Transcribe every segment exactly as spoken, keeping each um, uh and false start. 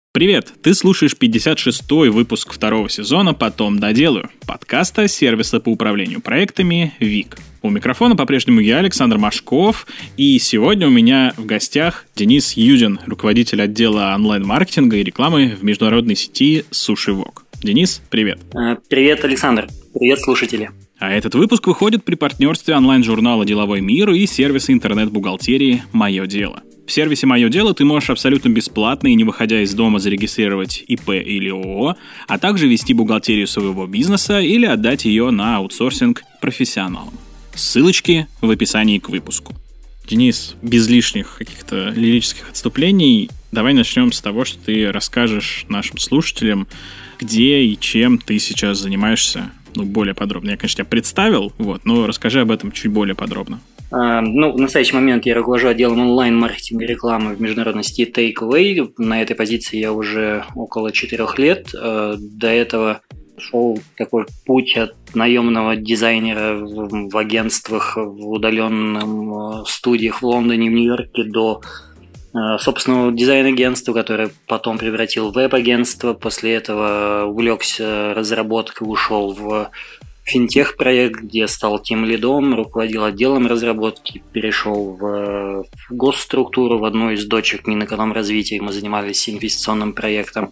Привет! Ты слушаешь пятьдесят шестой выпуск второго сезона «Потом доделаю» подкаста сервиса по управлению проектами Вик. У микрофона по-прежнему я, Александр Машков, и сегодня у меня в гостях Денис Юдин, руководитель отдела онлайн-маркетинга и рекламы в международной сети SushiWok. Денис, привет! Привет, Александр! Привет, слушатели! А этот выпуск выходит при партнерстве онлайн-журнала «Деловой мир» и сервиса интернет-бухгалтерии «Мое дело». В сервисе «Мое дело» ты можешь абсолютно бесплатно и не выходя из дома зарегистрировать ИП или ООО, а также вести бухгалтерию своего бизнеса или отдать ее на аутсорсинг профессионалам. Ссылочки в описании к выпуску. Денис, без лишних каких-то лирических отступлений, давай начнем с того, что ты расскажешь нашим слушателям, где и чем ты сейчас занимаешься, ну, более подробно. Я, конечно, тебя представил, вот, но расскажи об этом чуть более подробно. Uh, ну, в настоящий момент я руковожу отделом онлайн-маркетинга и рекламы в международной сети Takeaway. На этой позиции я уже около четырех лет. Uh, до этого шел такой путь от наемного дизайнера в, в агентствах, в удаленном uh, студиях в Лондоне, в Нью-Йорке до uh, собственного дизайн-агентства, которое потом превратил в веб-агентство. После этого увлекся разработкой, ушел в финтех-проект, где стал тимлидом, руководил отделом разработки, перешел в, в госструктуру, в одну из дочек Минэкономразвития. Мы занимались инвестиционным проектом,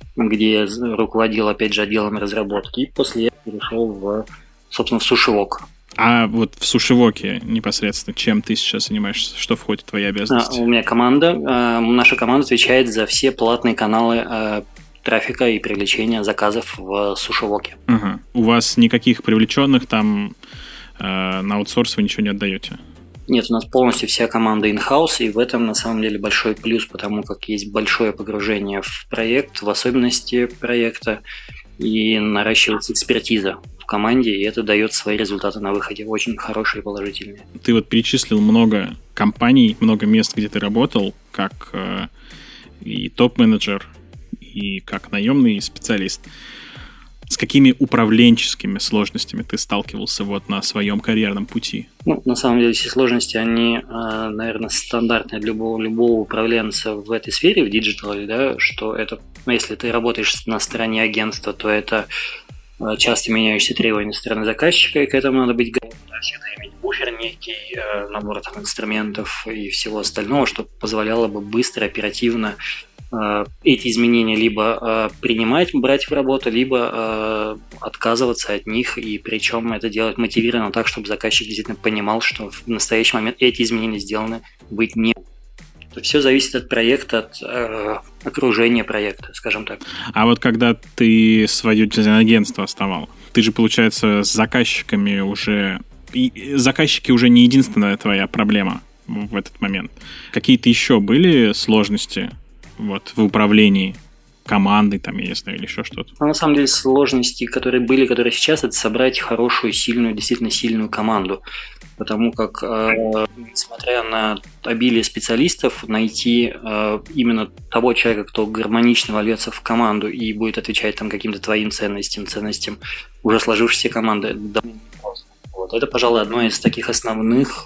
где руководил, опять же, отделом разработки. И после этого перешел, в, собственно, в SushiWok. А вот в SushiWok непосредственно чем ты сейчас занимаешься? Что входит в твои обязанности? А, у меня команда. А, наша команда отвечает за все платные каналы а, трафика и привлечения заказов в SushiWok. Угу. У вас никаких привлеченных там э, на аутсорс вы ничего не отдаете? Нет, у нас полностью вся команда in-house, и в этом на самом деле большой плюс, потому как есть большое погружение в проект, в особенности проекта, и наращивается экспертиза в команде, и это дает свои результаты на выходе, очень хорошие и положительные. Ты вот перечислил много компаний, много мест, где ты работал, как э, и топ-менеджер, и как наемный специалист. С какими управленческими сложностями ты сталкивался вот на своем карьерном пути? Ну, на самом деле, все сложности, они, наверное, стандартные для любого, любого управленца в этой сфере, в диджитале, да, что это, если ты работаешь на стороне агентства, то это часто меняющиеся требования со стороны заказчика, и к этому надо быть готовым. Всегда иметь буфер, некий набор там, инструментов и всего остального, что позволяло бы быстро, оперативно эти изменения либо принимать, брать в работу, либо отказываться от них, и причем это делать мотивированно так, чтобы заказчик действительно понимал, что в настоящий момент эти изменения сделаны быть не. Все зависит от проекта, от э, окружения проекта, скажем так. А вот когда ты свое дизайн-агентство основал, ты же, получается, с заказчиками уже... И заказчики уже не единственная твоя проблема в этот момент. Какие-то еще были сложности вот, в управлении командой, там, я не знаю, или еще что-то? Но на самом деле сложности, которые были, которые сейчас, это собрать хорошую, сильную, действительно сильную команду. Потому как, э, несмотря на обилие специалистов, найти э, именно того человека, кто гармонично вольется в команду и будет отвечать там каким-то твоим ценностям, ценностям уже сложившейся команды, довольно непросто. Вот. Это, пожалуй, одно из таких основных,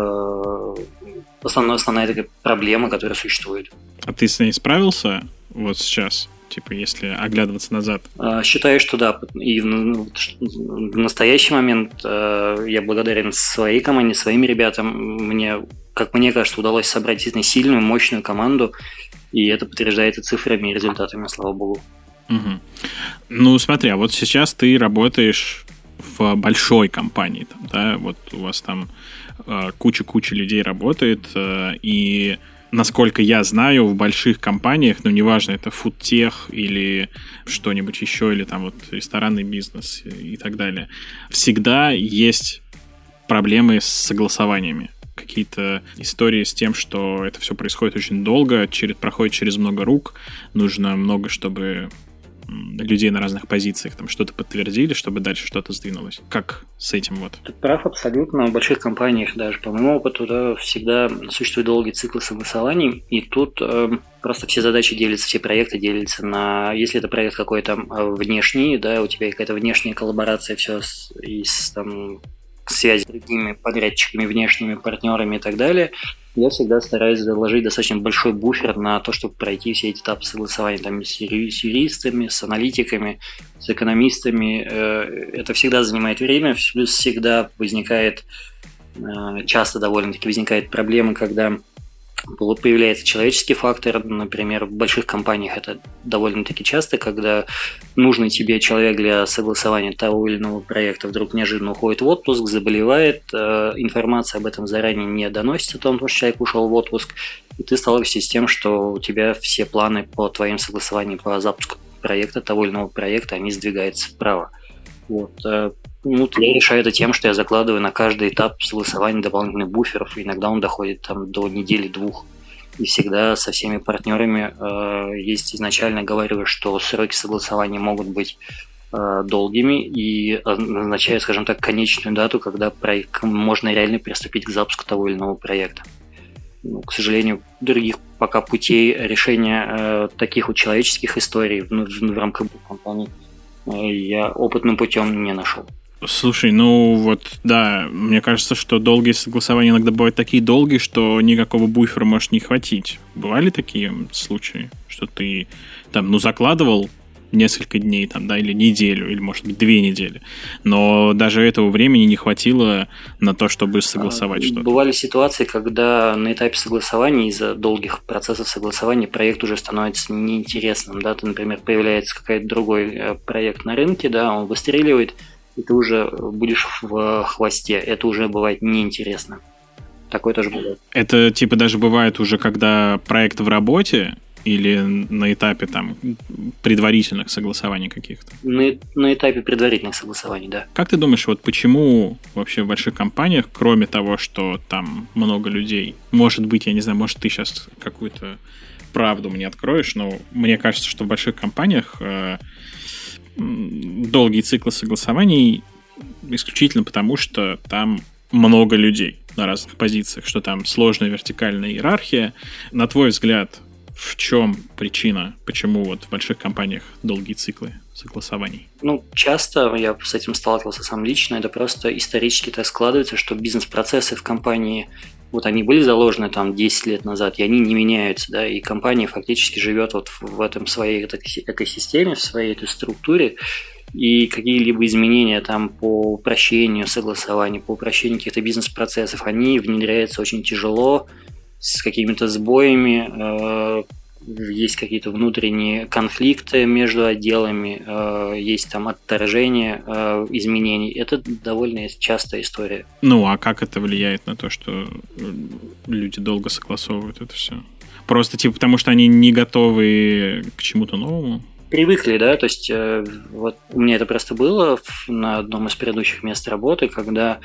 э, основная, основная такая проблема, которая существует. А ты с ней справился вот сейчас? Типа, если оглядываться назад? Считаю, что да. И в, в настоящий момент э, я благодарен своей команде, своим ребятам. Мне, как мне кажется, удалось собрать действительно сильную, мощную команду, и это подтверждается цифрами и результатами, слава богу. Угу. Ну, смотри, а вот сейчас ты работаешь в большой компании, там, да, вот у вас там э, куча-куча людей работает, э, и... Насколько я знаю, в больших компаниях, ну, неважно, это фудтех или что-нибудь еще, или там вот ресторанный бизнес и так далее, всегда есть проблемы с согласованиями. Какие-то истории с тем, что это все происходит очень долго, через, проходит через много рук, нужно много, чтобы людей на разных позициях там что-то подтвердили, чтобы дальше что-то сдвинулось. Как с этим вот? Ты прав абсолютно. В больших компаниях даже, по моему опыту, да, всегда существует долгий цикл согласований, и тут э, просто все задачи делятся, все проекты делятся на... Если это проект какой-то внешний, да, у тебя какая-то внешняя коллаборация, все с, и с там связи с другими подрядчиками, внешними партнерами и так далее, я всегда стараюсь заложить достаточно большой буфер на то, чтобы пройти все эти этапы согласования там, с юристами, с аналитиками, с экономистами. Это всегда занимает время, плюс всегда возникает, часто довольно-таки возникает проблема, когда появляется человеческий фактор. Например, в больших компаниях это довольно-таки часто, когда нужный тебе человек для согласования того или иного проекта вдруг неожиданно уходит в отпуск, заболевает, информация об этом заранее не доносится о том, что человек ушел в отпуск, и ты сталкиваешься с тем, что у тебя все планы по твоим согласованиям по запуску проекта, того или иного проекта, они сдвигаются вправо. Вот. Ну, я решаю это тем, что я закладываю на каждый этап согласования дополнительных буферов. Иногда он доходит там, до недели-двух. И всегда со всеми партнерами э, есть изначально говорю, что сроки согласования могут быть э, долгими и назначаю, скажем так, конечную дату, когда проект, можно реально приступить к запуску того или иного проекта. Ну, к сожалению, других пока путей решения э, таких вот человеческих историй в, в, в рамках компании э, я опытным путем не нашел. Слушай, ну вот, да, мне кажется, что долгие согласования иногда бывают такие долгие, что никакого буфера может не хватить. Бывали такие случаи, что ты там, ну, закладывал несколько дней, там, да, или неделю, или, может быть, две недели, но даже этого времени не хватило на то, чтобы согласовать что-то? Бывали ситуации, когда на этапе согласования из-за долгих процессов согласования проект уже становится неинтересным, да, ты, например, появляется какой-то другой проект на рынке, да, он выстреливает, и ты уже будешь в хвосте. Это уже бывает неинтересно. Такое тоже бывает. Это типа даже бывает уже, когда проект в работе или на этапе там предварительных согласований каких-то? На, на этапе предварительных согласований, да. Как ты думаешь, вот почему вообще в больших компаниях, кроме того, что там много людей, может быть, я не знаю, может, ты сейчас какую-то правду мне откроешь, но мне кажется, что в больших компаниях э, долгие циклы согласований исключительно потому, что там много людей на разных позициях, что там сложная вертикальная иерархия. На твой взгляд, в чем причина, почему вот в больших компаниях долгие циклы согласований? Ну, часто я с этим сталкивался сам лично, это просто исторически так складывается, что бизнес-процессы в компании, вот они были заложены там десять лет назад, и они не меняются, да, и компания фактически живет вот в этом своей экосистеме, в своей этой структуре, и какие-либо изменения там по упрощению согласований, по упрощению каких-то бизнес-процессов, они внедряются очень тяжело, с какими-то сбоями, есть какие-то внутренние конфликты между отделами, есть там отторжение изменений. Это довольно частая история. Ну, а как это влияет на то, что люди долго согласовывают это все? Просто типа потому, что они не готовы к чему-то новому? Привыкли, да, то есть вот у меня это просто было на одном из предыдущих мест работы, когда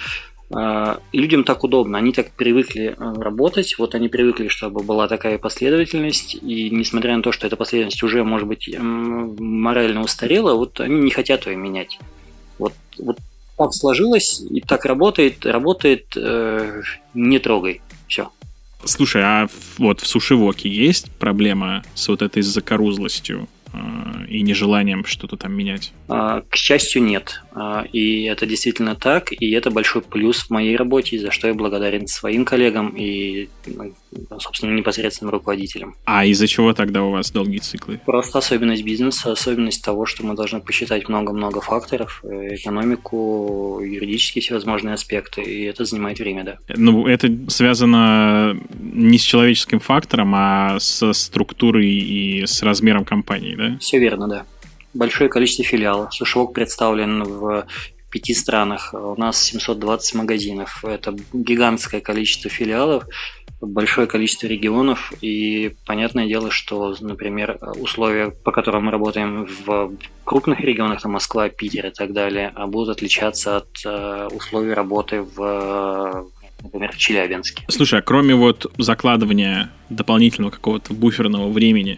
людям так удобно, они так привыкли работать, вот они привыкли, чтобы была такая последовательность, и несмотря на то, что эта последовательность уже, может быть, морально устарела, вот они не хотят ее менять. Вот, вот так сложилось, и так работает, работает, э, не трогай, все. Слушай, а вот в сушивоке есть проблема с вот этой закорузлостью и нежеланием что-то там менять? К счастью, нет. И это действительно так, и это большой плюс в моей работе, за что я благодарен своим коллегам и, собственно, непосредственным руководителям. А из-за чего тогда у вас долгие циклы? Просто особенность бизнеса, особенность того, что мы должны посчитать много-много факторов, экономику, юридические всевозможные аспекты, и это занимает время, да. Ну, это связано не с человеческим фактором, а со структурой и с размером компании, да? Все верно, да. Большое количество филиалов. Сушевок представлен в пяти странах. У нас семьсот двадцать магазинов. Это гигантское количество филиалов, большое количество регионов. И понятное дело, что, например, условия, по которым мы работаем в крупных регионах, там Москва, Питер и так далее, будут отличаться от условий работы в, например, в Челябинске. Слушай, а кроме вот закладывания дополнительного какого-то буферного времени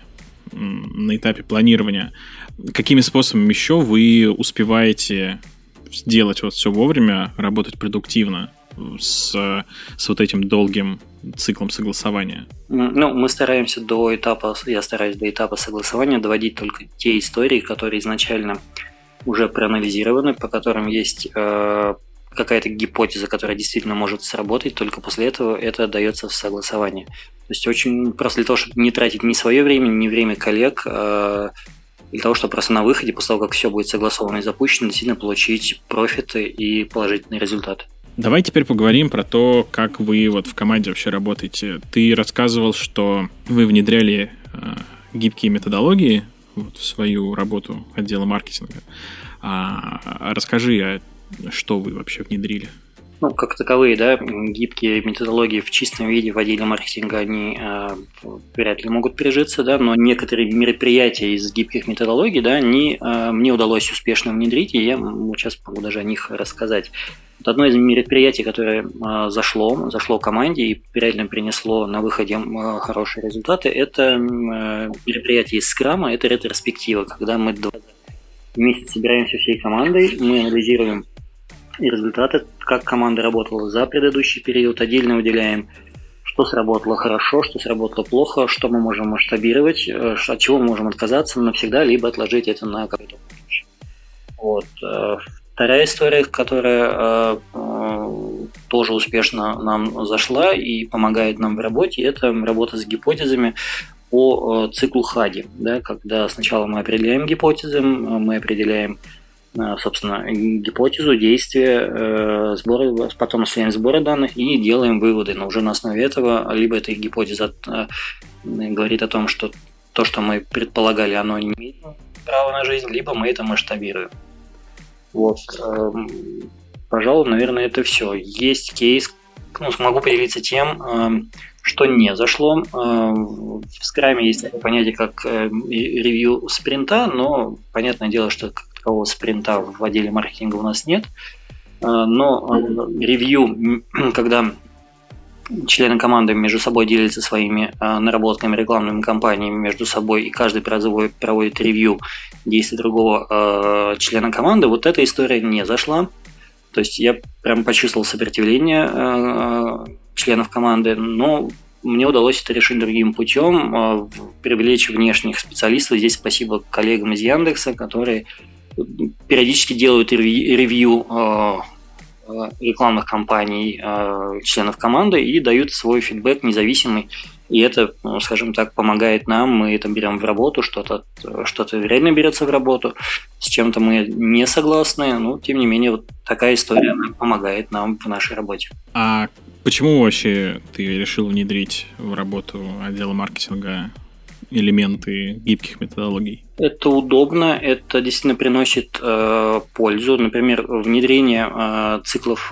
на этапе планирования, какими способами еще вы успеваете сделать вот все вовремя, работать продуктивно с, с вот этим долгим циклом согласования? Ну, мы стараемся до этапа, я стараюсь до этапа согласования доводить только те истории, которые изначально уже проанализированы, по которым есть э, какая-то гипотеза, которая действительно может сработать, только после этого это дается в согласование. То есть очень просто для того, чтобы не тратить ни свое время, ни время коллег, для того, чтобы просто на выходе, после того, как все будет согласовано и запущено, действительно получить профиты и положительные результаты. Давай теперь поговорим про то, как вы вот в команде вообще работаете. Ты рассказывал, что вы внедряли гибкие методологии вот, в свою работу отдела маркетинга. А расскажи, а что вы вообще внедрили? Ну, как таковые, да, гибкие методологии в чистом виде в отделе маркетинга, они э, вряд ли могут прижиться, да, но некоторые мероприятия из гибких методологий, да, они, э, мне удалось успешно внедрить, и я сейчас могу даже о них рассказать. Вот одно из мероприятий, которое э, зашло, зашло команде и реально принесло на выходе э, хорошие результаты, это э, мероприятие из скрама, это ретроспектива, когда мы два вместе собираемся всей командой, мы анализируем и результаты, как команда работала за предыдущий период, отдельно выделяем, что сработало хорошо, что сработало плохо, что мы можем масштабировать, от чего мы можем отказаться навсегда, либо отложить это на какой-то будущее. Вот. Вторая история, которая тоже успешно нам зашла и помогает нам в работе, это работа с гипотезами по циклу хади. Да, когда сначала мы определяем гипотезы, мы определяем собственно, гипотезу, действие, сборы, потом осуществляем сборы данных и делаем выводы. Но уже на основе этого либо эта гипотеза говорит о том, что то, что мы предполагали, оно не имеет права на жизнь, либо мы это масштабируем. Вот. Пожалуй, наверное, это все. Есть кейс, ну, смогу поделиться тем, что не зашло. В скраме есть такое понятие, как ревью спринта, но понятное дело, что такого спринта в отделе маркетинга у нас нет. Но ревью, когда члены команды между собой делятся своими наработками, рекламными кампаниями между собой, и каждый проводит ревью действий другого члена команды, вот эта история не зашла. То есть я прям почувствовал сопротивление членов команды, но мне удалось это решить другим путем, привлечь внешних специалистов. Здесь спасибо коллегам из Яндекса, которые периодически делают ревью рекламных кампаний членов команды и дают свой фидбэк независимый. И это, скажем так, помогает нам, мы это берем в работу, что-то, что-то реально берется в работу, с чем-то мы не согласны, но тем не менее вот такая история помогает нам в нашей работе. А почему вообще ты решил внедрить в работу отдела маркетинга элементы гибких методологий? Это удобно, это действительно приносит э, пользу. Например, внедрение э, циклов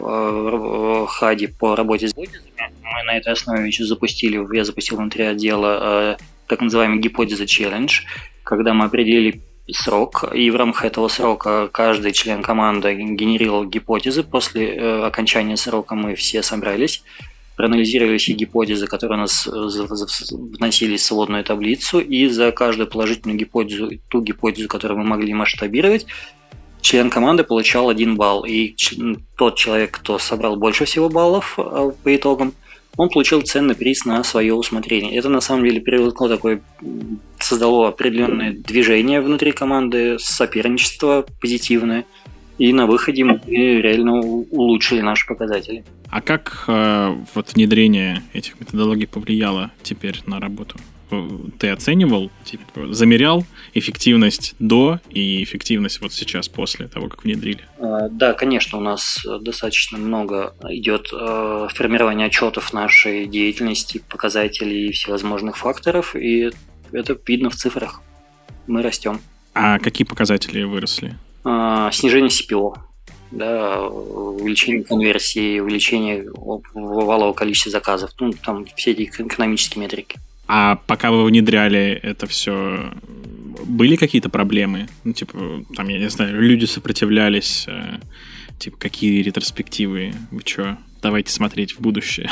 э, хади по работе с гипотезами. Мы на этой основе еще запустили, я запустил внутри отдела э, так называемый гипотеза челлендж, когда мы определили срок, и в рамках этого срока каждый член команды генерировал гипотезы. После э, окончания срока мы все собрались, проанализировали все гипотезы, которые у нас вносились в сводную таблицу, и за каждую положительную гипотезу, ту гипотезу, которую мы могли масштабировать, член команды получал один балл. И тот человек, кто собрал больше всего баллов по итогам, он получил ценный приз на свое усмотрение. Это на самом деле привлекло такое, создало определенное движение внутри команды, соперничество позитивное. И на выходе мы реально улучшили наши показатели. А как э, вот внедрение этих методологий повлияло теперь на работу? Ты оценивал, типа, замерял эффективность до и эффективность вот сейчас, после того, как внедрили? Да, конечно, у нас достаточно много идет э, формирования отчетов нашей деятельности, показателей и всевозможных факторов, и это видно в цифрах. Мы растем. А какие показатели выросли? Снижение си пи о, да, увеличение конверсии, увеличение валового количества заказов, ну, там все эти экономические метрики. А пока вы внедряли это все, были какие-то проблемы? Ну, типа, там, я не знаю, люди сопротивлялись, типа, какие ретроспективы, вы что, давайте смотреть в будущее.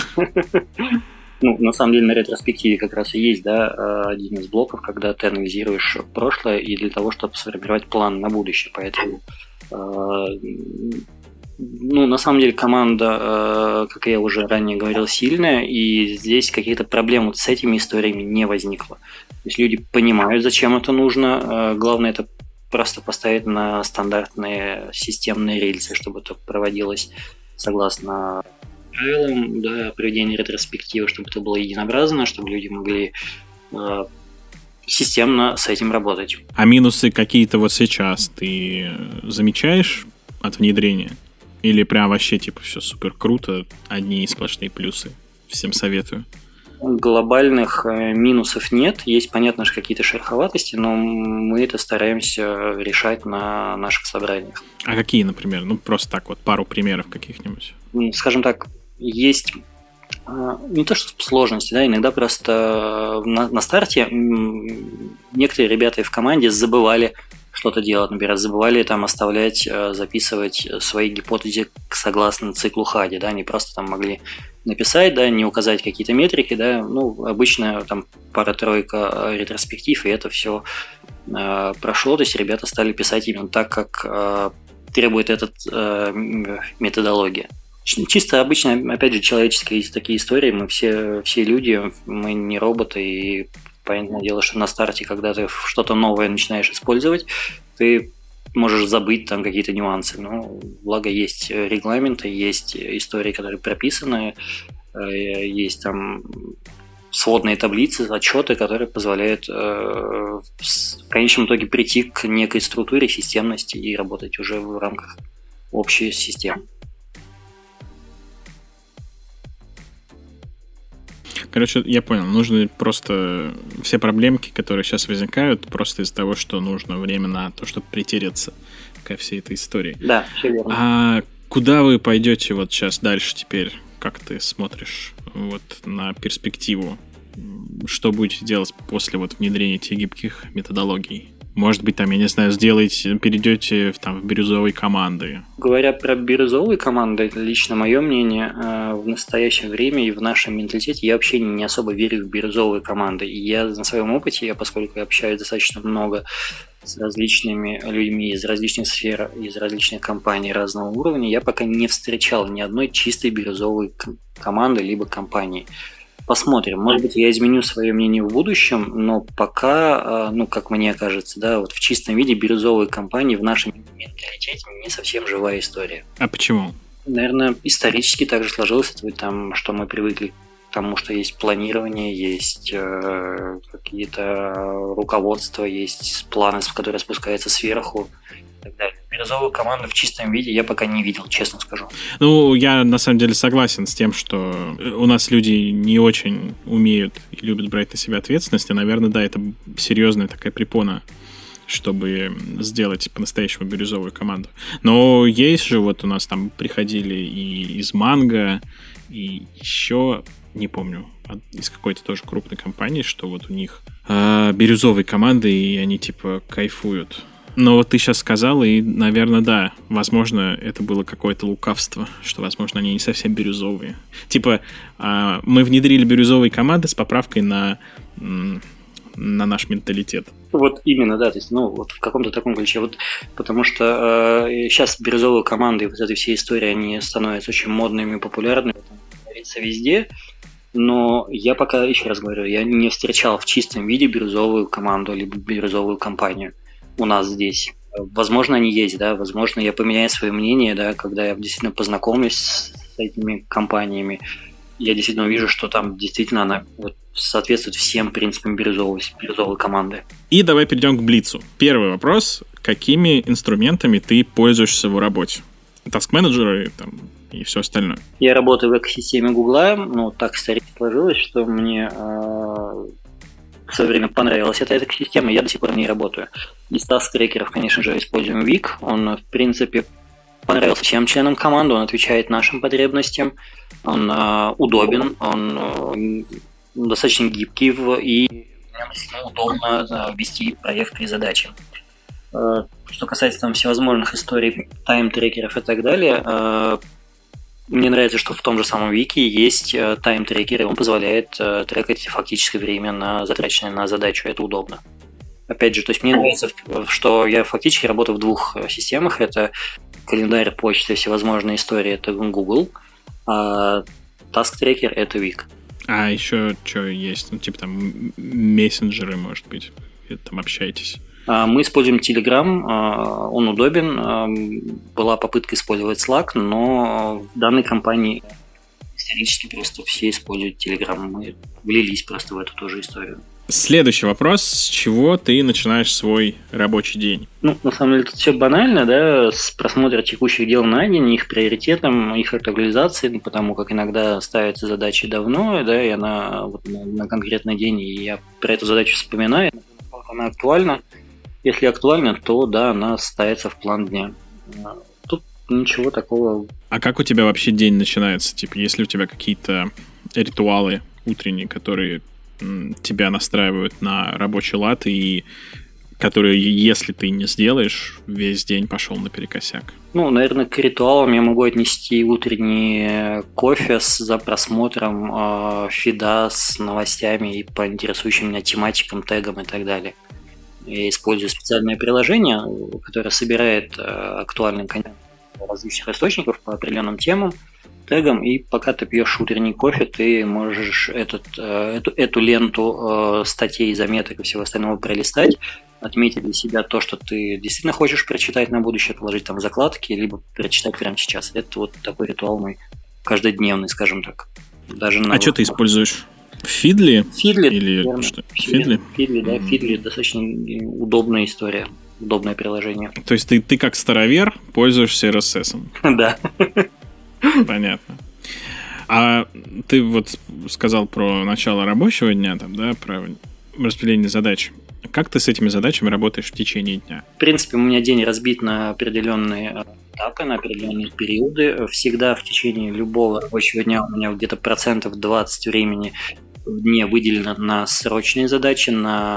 Ну, на самом деле, на ретроспективе как раз и есть, да, один из блоков, когда ты анализируешь прошлое и для того, чтобы сформировать план на будущее. Поэтому, ну, на самом деле, команда, как я уже ранее говорил, сильная, и здесь каких-то проблем вот с этими историями не возникло. То есть люди понимают, зачем это нужно. Главное, это просто поставить на стандартные системные рельсы, чтобы это проводилось согласно правилам, да, проведения ретроспективы, чтобы это было единообразно, чтобы люди могли э, системно с этим работать. А минусы какие-то вот сейчас ты замечаешь от внедрения? Или прям вообще типа все супер круто, одни сплошные плюсы? Всем советую. Глобальных минусов нет. Есть, понятно, что какие-то шероховатости, но мы это стараемся решать на наших собраниях. А какие, например? Ну, просто так вот, пару примеров каких-нибудь. Скажем так, есть не то что сложности, да, иногда просто на, на старте некоторые ребята в команде забывали что-то делать, например, забывали там оставлять, записывать свои гипотезы согласно циклу Хади, да, они просто там могли написать, да, не указать какие-то метрики, да, ну, обычно там пара-тройка ретроспектив, и это все э, прошло, то есть ребята стали писать именно так, как э, требует эта э, методология. Чисто обычно, опять же, человеческие такие истории, мы все, все люди, мы не роботы, и понятное дело, что на старте, когда ты что-то новое начинаешь использовать, ты можешь забыть там какие-то нюансы. Но благо есть регламенты, есть истории, которые прописаны, есть там сводные таблицы, отчеты, которые позволяют в конечном итоге прийти к некой структуре, системности и работать уже в рамках общей системы. Короче, я понял, нужны просто все проблемки, которые сейчас возникают, просто из-за того, что нужно время на то, чтобы притереться ко всей этой истории. Да, все верно. А куда вы пойдете вот сейчас дальше теперь? Как ты смотришь вот на перспективу? Что будете делать после вот внедрения этих гибких методологий? Может быть, там, я не знаю, сделаете, перейдете в, там, в бирюзовые команды. Говоря про бирюзовые команды, лично мое мнение, в настоящее время и в нашем менталитете я вообще не особо верю в бирюзовые команды. И я на своем опыте, я, поскольку я общаюсь достаточно много с различными людьми из различных сфер, из различных компаний разного уровня, я пока не встречал ни одной чистой бирюзовой команды либо компании. Посмотрим. Может быть, я изменю свое мнение в будущем, но пока, ну, как мне кажется, да, вот в чистом виде бирюзовые компании в нашем менталитете не совсем живая история. А почему? Наверное, исторически также сложилось, это там, что мы привыкли к тому, что есть планирование, есть э, какие-то руководства, есть планы, которые спускаются сверху и так далее. Бирюзовую команду в чистом виде я пока не видел, честно скажу. Ну, я на самом деле согласен с тем, что у нас люди не очень умеют и любят брать на себя ответственность, и, наверное, да, это серьезная такая препона, чтобы сделать по-настоящему бирюзовую команду. Но есть же, вот у нас там приходили и из Манго, и еще, не помню, из какой-то тоже крупной компании, что вот у них э, бирюзовые команды, и они типа кайфуют. Но вот ты сейчас сказал, и, наверное, да, возможно, это было какое-то лукавство, что, возможно, они не совсем бирюзовые. Типа, мы внедрили бирюзовые команды с поправкой на, на наш менталитет. Вот именно, да, то есть, ну, вот в каком-то таком ключе, вот, потому что э, сейчас бирюзовые команды, вот этой всей истории, они становятся очень модными, популярными, это говорится везде, но я пока, еще раз говорю, я не встречал в чистом виде бирюзовую команду, либо бирюзовую компанию у нас здесь. Возможно, они есть, да, возможно, я поменяю свое мнение, да, когда я действительно познакомлюсь с этими компаниями, я действительно увижу, что там действительно она вот соответствует всем принципам бирюзовой, бирюзовой команды. И давай перейдем к Блицу. Первый вопрос. Какими инструментами ты пользуешься в работе? Task-менеджеры там, и все остальное. Я работаю в экосистеме Гугла, но так исторически сложилось, что мне э, в свое время понравилась эта экосистема, я до сих пор в ней работаю. Из task-трекеров, конечно же, используем Вик. Он, в принципе, понравился всем членам команды, он отвечает нашим потребностям, он э, удобен, он э, достаточно гибкий и действительно удобно э, вести проекты и задачи. Э, что касается там всевозможных историй, тайм-трекеров и так далее, э, мне нравится, что в том же самом Вики есть э, тайм-трекер, и он позволяет э, трекать фактическое время, на, затраченное на задачу, это удобно. Опять же, то есть мне нравится, что я фактически работаю в двух системах, это календарь, почта, всевозможные истории, это Google, а Task Tracker — это Вик. А еще что есть? Ну, типа там мессенджеры, может быть, вы там общаетесь? Мы используем Telegram, он удобен. Была попытка использовать Slack, но в данной компании исторически просто все используют Telegram. Мы влились просто в эту тоже историю. Следующий вопрос. С чего ты начинаешь свой рабочий день? Ну, на самом деле, тут все банально, да, с просмотра текущих дел на день, их приоритетом, их актуализации, ну, потому как иногда ставятся задачи давно, да, и она вот на, на конкретный день, и я про эту задачу вспоминаю, насколько она актуальна. Если актуальна, то, да, она ставится в план дня. Тут ничего такого. А как у тебя вообще день начинается? Типа, есть ли у тебя какие-то ритуалы утренние, которые тебя настраивают на рабочий лад, и которые, если ты не сделаешь, весь день пошел наперекосяк? Ну, наверное, к ритуалам я могу отнести утренний кофе с, за просмотром э, фида с новостями и по интересующим меня тематикам, тегам и так далее. Я использую специальное приложение, которое собирает э, актуальный контент различных источников по определенным темам, тегом, и пока ты пьешь утренний кофе, ты можешь этот, эту, эту ленту статей, заметок и всего остального пролистать, отметить для себя то, что ты действительно хочешь прочитать на будущее, положить там закладки, либо прочитать прямо сейчас. Это вот такой ритуал мой каждодневный, скажем так. Даже на а что ты используешь? Фидли? Фидли, или верно. Что? Фидли? Фидли, да, mm-hmm. Фидли достаточно удобная история, удобное приложение. То есть ты, ты как старовер пользуешься эр эс эс? Да. Понятно. А ты вот сказал про начало рабочего дня, там, да, про распределение задач. Как ты с этими задачами работаешь в течение дня? В принципе, у меня день разбит на определенные этапы, на определенные периоды. Всегда в течение любого рабочего дня у меня где-то процентов двадцать времени в дне выделено на срочные задачи,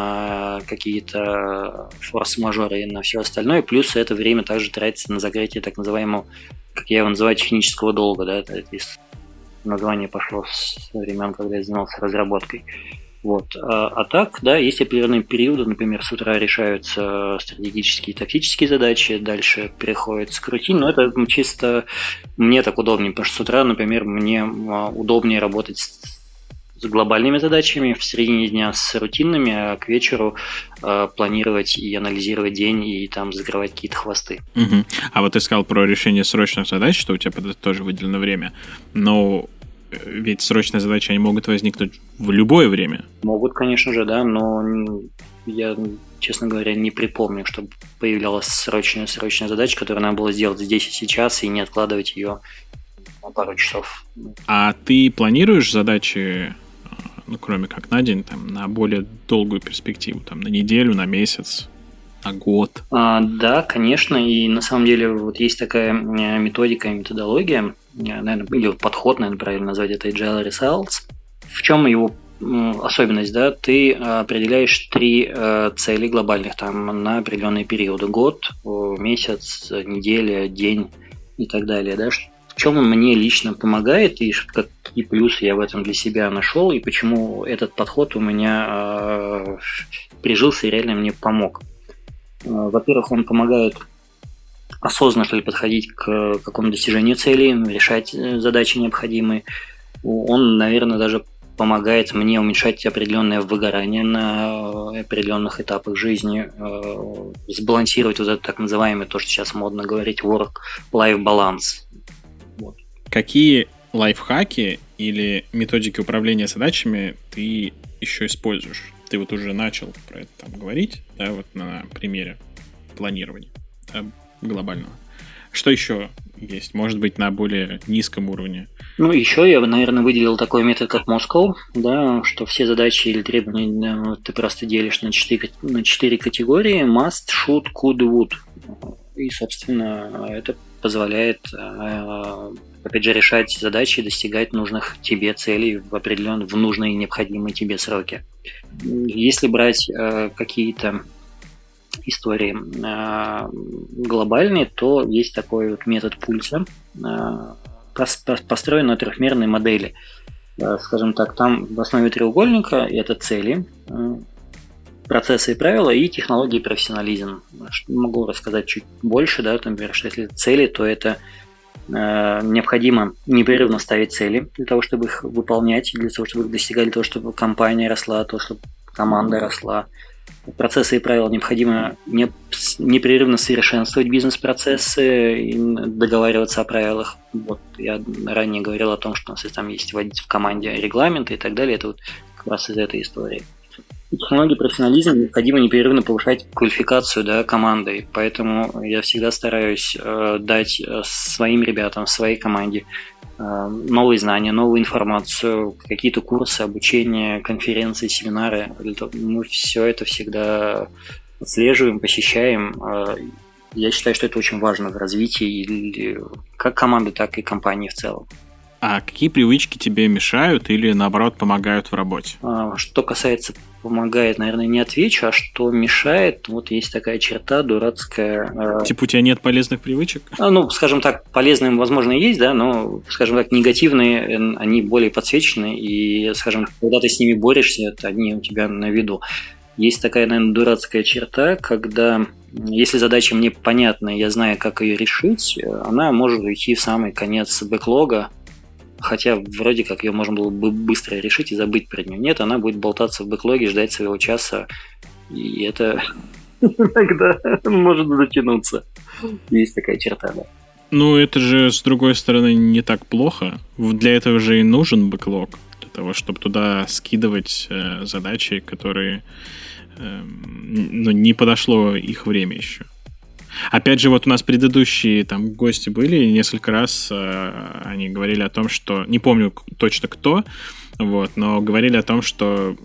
на какие-то форс-мажоры и на все остальное. Плюс это время также тратится на закрытие так называемого, как я его называю, технического долга. Да? Это название пошло с времен, когда я занимался разработкой. Вот. А, а так, да, есть определенные периоды, например, с утра решаются стратегические и тактические задачи, дальше переходится к рутине, но это чисто мне так удобнее, потому что с утра, например, мне удобнее работать с с глобальными задачами, в середине дня с рутинными, а к вечеру э, планировать и анализировать день и там закрывать какие-то хвосты. Угу. А вот ты сказал про решение срочных задач, что у тебя под это тоже выделено время, но ведь срочные задачи, они могут возникнуть в любое время. Могут, конечно же, да, но я, честно говоря, не припомню, чтобы появлялась срочная срочная задача, которую надо было сделать здесь и сейчас, и не откладывать ее на пару часов. А ты планируешь задачи, ну, кроме как на день, там, на более долгую перспективу, там, на неделю, на месяц, на год? А, да, конечно, и на самом деле вот есть такая методика и методология, наверное, или подход, наверное, правильно назвать, это Agile Results. В чем его особенность, да? Ты определяешь три цели глобальных там на определенные периоды: год, месяц, неделя, день и так далее, да? В чем он мне лично помогает и какие плюсы я в этом для себя нашел, и почему этот подход у меня э, прижился и реально мне помог. Во-первых, он помогает осознанно, что ли, подходить к какому-то достижению целей, решать задачи необходимые. Он, наверное, даже помогает мне уменьшать определенное выгорание на определенных этапах жизни, сбалансировать вот это так называемое, то, что сейчас модно говорить, work-life balance. Вот. Какие лайфхаки или методики управления задачами ты еще используешь? Ты вот уже начал про это там говорить, да, вот на примере планирования, да, глобального. Что еще есть? Может быть, на более низком уровне? Ну, еще я бы, наверное, выделил такой метод, как Moscow, да, что все задачи или требования, да, ты просто делишь на четыре, на четыре категории: must, should, could, would. И, собственно, это позволяет, опять же, решать задачи и достигать нужных тебе целей в определенные, в нужные и необходимые тебе сроки. Если брать какие-то истории глобальные, то есть такой вот метод пульса, построен на трехмерной модели. Скажем так, там в основе треугольника это цели, процессы и правила, и технологии и профессионализм. Могу рассказать чуть больше, да, например, что если цели, то это э, необходимо непрерывно ставить цели для того, чтобы их выполнять, для того, чтобы их достигать, для того, чтобы компания росла, для того, чтобы команда росла. Процессы и правила необходимо не, непрерывно совершенствовать бизнес-процессы и договариваться о правилах. Вот я ранее говорил о том, что у нас там есть в команде регламенты и так далее. Это вот как раз из этой истории. В технологии профессионализма необходимо непрерывно повышать квалификацию, да, команды. Поэтому я всегда стараюсь э, дать своим ребятам, своей команде э, новые знания, новую информацию, какие-то курсы, обучение, конференции, семинары. Мы все это всегда отслеживаем, посещаем. Э, я считаю, что это очень важно в развитии как команды, так и компании в целом. А какие привычки тебе мешают или, наоборот, помогают в работе? Что касается помогает, наверное, не отвечу, а что мешает, вот есть такая черта дурацкая. Типа у тебя нет полезных привычек? Ну, скажем так, полезные, возможно, есть, да, но, скажем так, негативные, они более подсвечены, и, скажем, когда ты с ними борешься, это они у тебя на виду. Есть такая, наверное, дурацкая черта, когда, если задача мне понятна, я знаю, как ее решить, она может уйти в самый конец бэклога, хотя вроде как ее можно было бы быстро решить и забыть про нее. Нет, она будет болтаться в бэклоге, ждать своего часа, и это иногда может затянуться. Есть такая черта, да. Ну, это же, с другой стороны, не так плохо. Для этого же и нужен бэклог, для того, чтобы туда скидывать э, задачи, которые э, ну, не подошло их время еще. Опять же, вот у нас предыдущие там гости были, и несколько раз э, они говорили о том, что... Не помню точно кто, вот, но говорили о том, что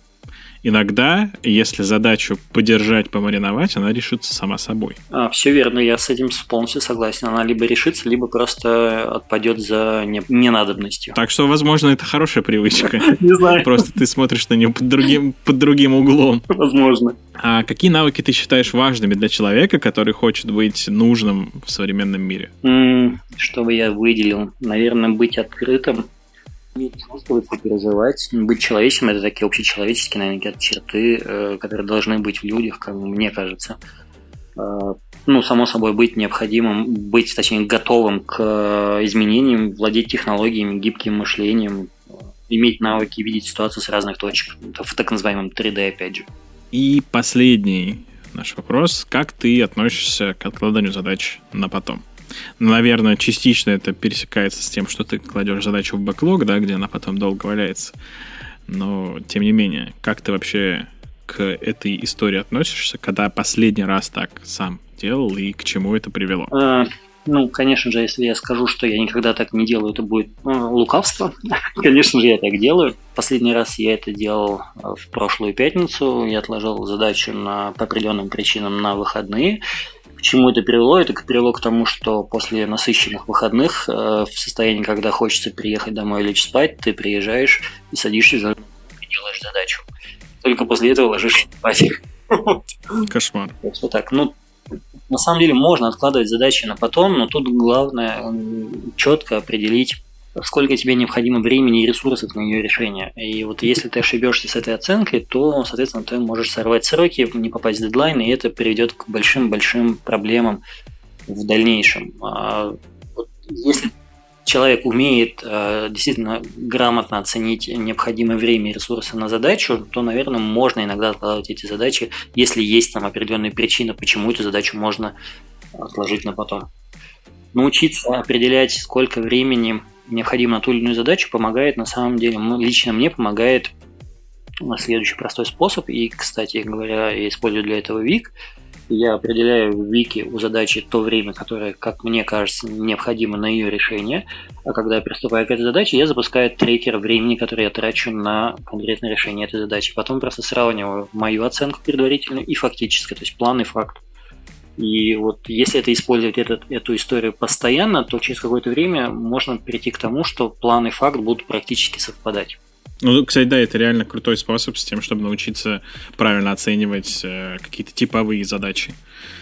иногда, если задачу подержать, помариновать, она решится сама собой. А, все верно, я с этим полностью согласен. Она либо решится, либо просто отпадет за ненадобностью. Так что, возможно, это хорошая привычка. Не знаю. Просто ты смотришь на нее под другим, под другим углом. Возможно. А какие навыки ты считаешь важными для человека, который хочет быть нужным в современном мире? Что бы я выделил? Наверное, быть открытым, уметь чувствовать, переживать, быть человечным. Это такие общечеловеческие, наверное, какие-то черты, которые должны быть в людях, как мне кажется. Ну, само собой, быть необходимым, быть, точнее, готовым к изменениям, владеть технологиями, гибким мышлением, иметь навыки видеть ситуацию с разных точек, в так называемом три дэ, опять же. И последний наш вопрос. Как ты относишься к откладыванию задач на потом? Наверное, частично это пересекается с тем, что ты кладешь задачу в бэклог, да, где она потом долго валяется. Но, тем не менее, как ты вообще к этой истории относишься, когда последний раз так сам делал и к чему это привело? А, ну, конечно же, если я скажу, что я никогда так не делаю, это будет ну, лукавство. Конечно же, я так делаю. Последний раз я это делал в прошлую пятницу. Я отложил задачу на, по определенным причинам на выходные. К чему это привело? Это привело к тому, что после насыщенных выходных, э, в состоянии, когда хочется приехать домой и лечь спать, ты приезжаешь и садишься и делаешь задачу. Только после этого ложишься спать. Кошмар. Вот так. Ну, на самом деле можно откладывать задачи на потом, но тут главное четко определить, сколько тебе необходимо времени и ресурсов на ее решение. И вот если ты ошибешься с этой оценкой, то, соответственно, ты можешь сорвать сроки, не попасть в дедлайн, и это приведет к большим-большим проблемам в дальнейшем. Если человек умеет действительно грамотно оценить необходимое время и ресурсы на задачу, то, наверное, можно иногда откладывать эти задачи, если есть там определенные причины, почему эту задачу можно отложить на потом. Научиться определять, сколько времени необходимо на ту или иную задачу, помогает на самом деле, лично мне помогает следующий простой способ, и, кстати говоря, я использую для этого Вик. Я определяю в Вике у задачи то время, которое, как мне кажется, необходимо на ее решение, а когда я приступаю к этой задаче, я запускаю трекер времени, который я трачу на конкретное решение этой задачи. Потом просто сравниваю мою оценку предварительную и фактическую, то есть план и факт. И вот если это использовать этот, эту историю постоянно, то через какое-то время можно перейти к тому, что план и факт будут практически совпадать. Ну, кстати, да, это реально крутой способ с тем, чтобы научиться правильно оценивать э, какие-то типовые задачи.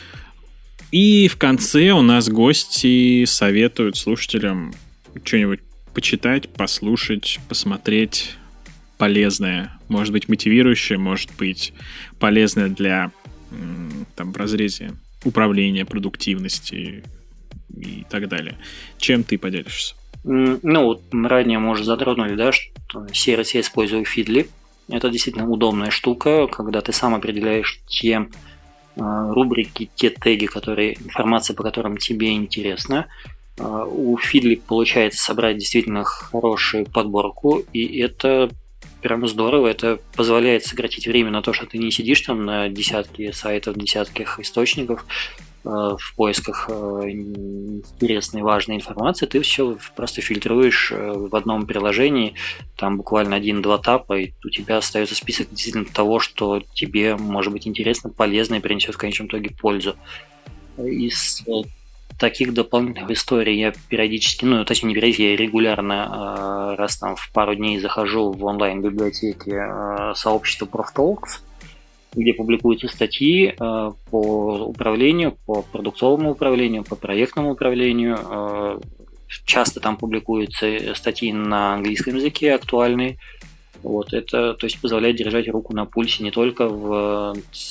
И в конце у нас гости советуют слушателям что-нибудь почитать, послушать, посмотреть полезное. Может быть, мотивирующее, может быть, полезное для там, в разрезе управления, продуктивности и так далее. Чем ты поделишься? Ну, вот ранее мы уже затронули, да, что сервис я использую Feedly. Это действительно удобная штука, когда ты сам определяешь те рубрики, те теги, которые, информация по которым тебе интересна. У Feedly получается собрать действительно хорошую подборку, и это прям здорово. Это позволяет сократить время на то, что ты не сидишь там на десятки сайтов, десятках источников в поисках интересной, важной информации. Ты все просто фильтруешь в одном приложении, там буквально один-два тапа, и у тебя остается список действительно того, что тебе может быть интересно, полезно и принесет в конечном итоге пользу. Из таких дополнительных историй я периодически, ну, точнее не периодически, я регулярно раз там в пару дней захожу в онлайн-библиотеки сообщества ProfTalks, где публикуются статьи э, по управлению, по продуктовому управлению, по проектному управлению. Э, часто там публикуются статьи на английском языке актуальные. Вот это, то есть, позволяет держать руку на пульсе не только в,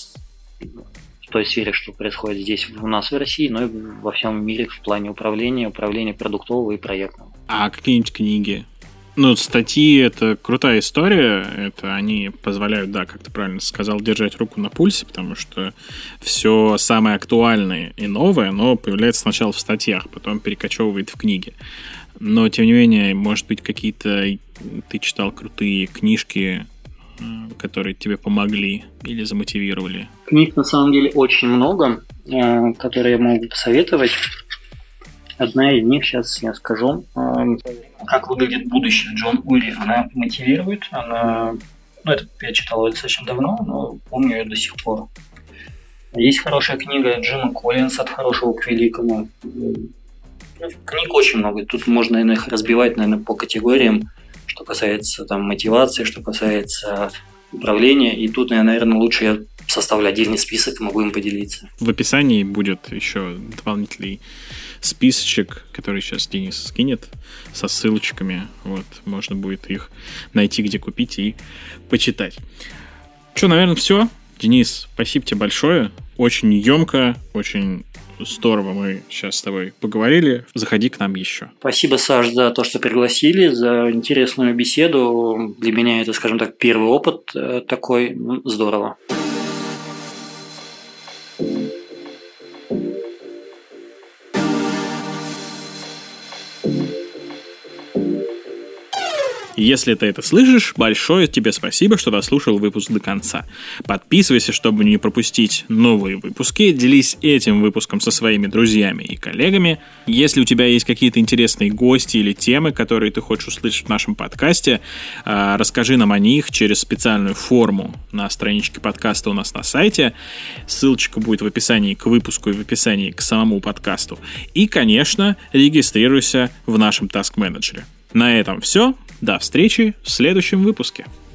в той сфере, что происходит здесь у нас в России, но и во всем мире в плане управления, управления продуктового и проектного. А какие-нибудь книги? Ну, статьи — это крутая история, это они позволяют, да, как ты правильно сказал, держать руку на пульсе, потому что все самое актуальное и новое, оно появляется сначала в статьях, потом перекочевывает в книги. Но, тем не менее, может быть, какие-то ты читал крутые книжки, которые тебе помогли или замотивировали? Книг, на самом деле, очень много, которые я могу посоветовать. Одна из них, сейчас я скажу, «Как выглядит будущее» Джон Ури. Она мотивирует, она... Ну, это я читал ее достаточно давно, но помню ее до сих пор. Есть хорошая книга Джима Коллинса «От хорошего к великому». Книг очень много. Тут можно, наверное, их разбивать, наверное, по категориям, что касается там мотивации, что касается управления. И тут, наверное, лучше я составлю отдельный список и могу им поделиться. В описании будет еще дополнительный списочек, который сейчас Денис скинет, со ссылочками. Вот, можно будет их найти, где купить и почитать. Что, наверное, все. Денис, спасибо тебе большое. Очень емко, очень здорово мы сейчас с тобой поговорили. Заходи к нам еще. Спасибо, Саш, за то, что пригласили, за интересную беседу. Для меня это, скажем так, первый опыт такой. Здорово. Если ты это слышишь, большое тебе спасибо, что дослушал выпуск до конца. Подписывайся, чтобы не пропустить новые выпуски, делись этим выпуском со своими друзьями и коллегами. Если у тебя есть какие-то интересные гости или темы, которые ты хочешь услышать в нашем подкасте, расскажи нам о них через специальную форму на страничке подкаста у нас на сайте. Ссылочка будет в описании к выпуску и в описании к самому подкасту. И, конечно, регистрируйся в нашем Task Manager. На этом все. До встречи в следующем выпуске.